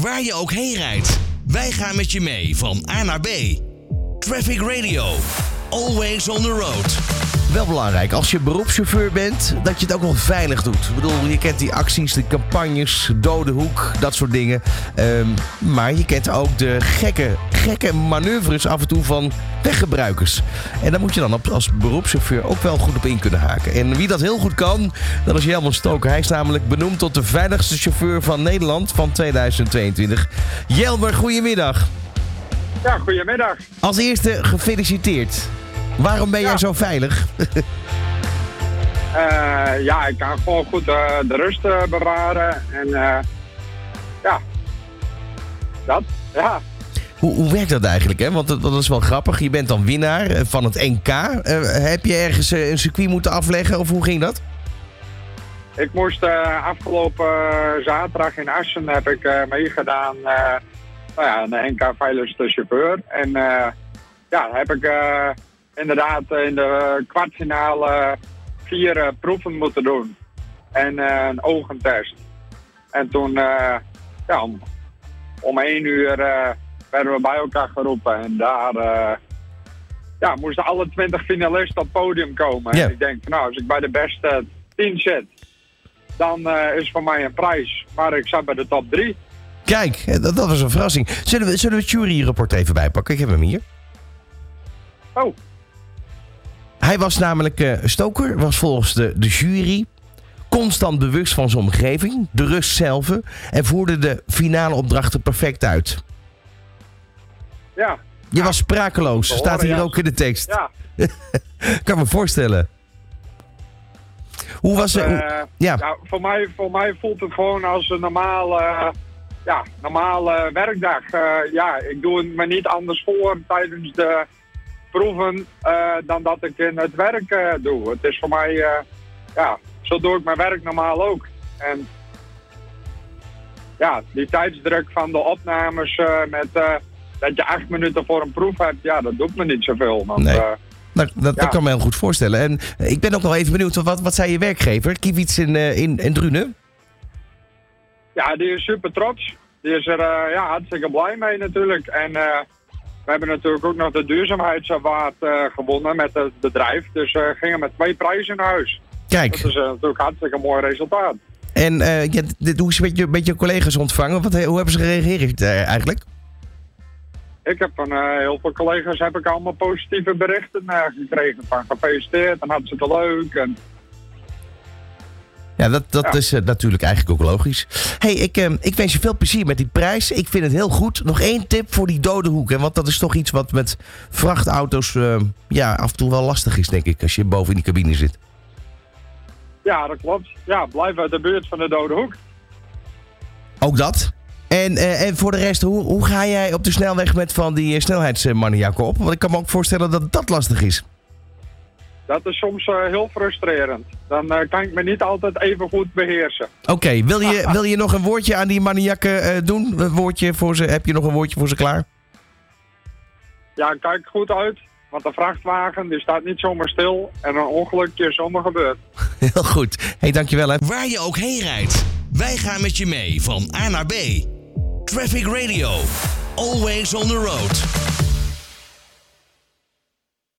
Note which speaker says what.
Speaker 1: Waar je ook heen rijdt. Wij gaan met je mee van A naar B. Traffic Radio. Always on the road.
Speaker 2: Wel belangrijk, als je beroepschauffeur bent, dat je het ook wel veilig doet. Ik bedoel, je kent die acties, de campagnes, dode hoek, dat soort dingen. Maar je kent ook de gekke manoeuvres af en toe van weggebruikers. En daar moet je dan als beroepschauffeur ook wel goed op in kunnen haken. En wie dat heel goed kan, dat is Jelmer Stoker. Hij is namelijk benoemd tot de veiligste chauffeur van Nederland van 2022. Jelmer, goedemiddag.
Speaker 3: Ja, goedemiddag.
Speaker 2: Als eerste gefeliciteerd. Waarom ben jij zo veilig?
Speaker 3: Ik kan gewoon goed de rust bewaren. En
Speaker 2: Hoe werkt dat eigenlijk? Hè? Want dat is wel grappig. Je bent dan winnaar van het NK. Heb je ergens een circuit moeten afleggen of hoe ging dat?
Speaker 3: Ik moest afgelopen zaterdag in Assen heb ik meegedaan de NK veiligste chauffeur. En heb ik inderdaad in de kwartfinale 4 proeven moeten doen. En een ogentest. En toen om 1 uur werden we bij elkaar geroepen. En daar moesten alle 20 finalisten op het podium komen.
Speaker 2: Ja.
Speaker 3: En ik denk, als ik bij de beste 10 zit, dan is voor mij een prijs. Maar ik zat bij de top 3.
Speaker 2: Kijk, dat was een verrassing. Zullen we het juryrapport even bijpakken? Ik heb hem hier.
Speaker 3: Oh.
Speaker 2: Hij was namelijk, Stoker was volgens de jury constant bewust van zijn omgeving, de rust zelf en voerde de finale opdrachten perfect uit.
Speaker 3: Ja.
Speaker 2: Je was sprakeloos, staat hier ook in de tekst.
Speaker 3: Ja.
Speaker 2: Kan me voorstellen. Hoe was het?
Speaker 3: Voor mij voelt het gewoon als een normale werkdag. Ik doe het me niet anders voor tijdens de proeven dan dat ik in het werk doe. Het is voor mij, zo doe ik mijn werk normaal ook. En die tijdsdruk van de opnames dat je 8 minuten voor een proef hebt, dat doet me niet zoveel. Want,
Speaker 2: nee. Dat kan ik me heel goed voorstellen. En ik ben ook nog even benieuwd, wat zei je werkgever? Kivits in Drunen?
Speaker 3: Ja, die is super trots. Die is er hartstikke blij mee natuurlijk. En we hebben natuurlijk ook nog de duurzaamheidsaward gewonnen met het bedrijf. Dus gingen met 2 prijzen naar huis.
Speaker 2: Kijk.
Speaker 3: Dat is natuurlijk hartstikke mooi resultaat.
Speaker 2: En hoe is het met je collega's ontvangen? Hoe hebben ze gereageerd eigenlijk?
Speaker 3: Ik heb van heel veel collega's allemaal positieve berichten gekregen. Van gefeliciteerd en hartstikke leuk. En
Speaker 2: ja, dat is natuurlijk eigenlijk ook logisch. Hey, ik wens je veel plezier met die prijs. Ik vind het heel goed. Nog 1 tip voor die dode hoek. Hè? Want dat is toch iets wat met vrachtauto's af en toe wel lastig is, denk ik. Als je boven in die cabine zit.
Speaker 3: Ja, dat klopt. Ja, blijf uit de buurt van de dode hoek.
Speaker 2: Ook dat. En voor de rest, hoe ga jij op de snelweg met van die snelheidsmaniakken op? Want ik kan me ook voorstellen dat dat lastig is.
Speaker 3: Dat is soms heel frustrerend. Dan kan ik me niet altijd even goed beheersen.
Speaker 2: Oké, wil je nog een woordje aan die maniakken doen? Heb je nog een woordje voor ze klaar?
Speaker 3: Ja, kijk goed uit. Want de vrachtwagen die staat niet zomaar stil. En een ongelukje is zomaar gebeurd.
Speaker 2: Heel goed. Hey, dankjewel hè.
Speaker 1: Waar je ook heen rijdt. Wij gaan met je mee van A naar B. Traffic Radio. Always on the road.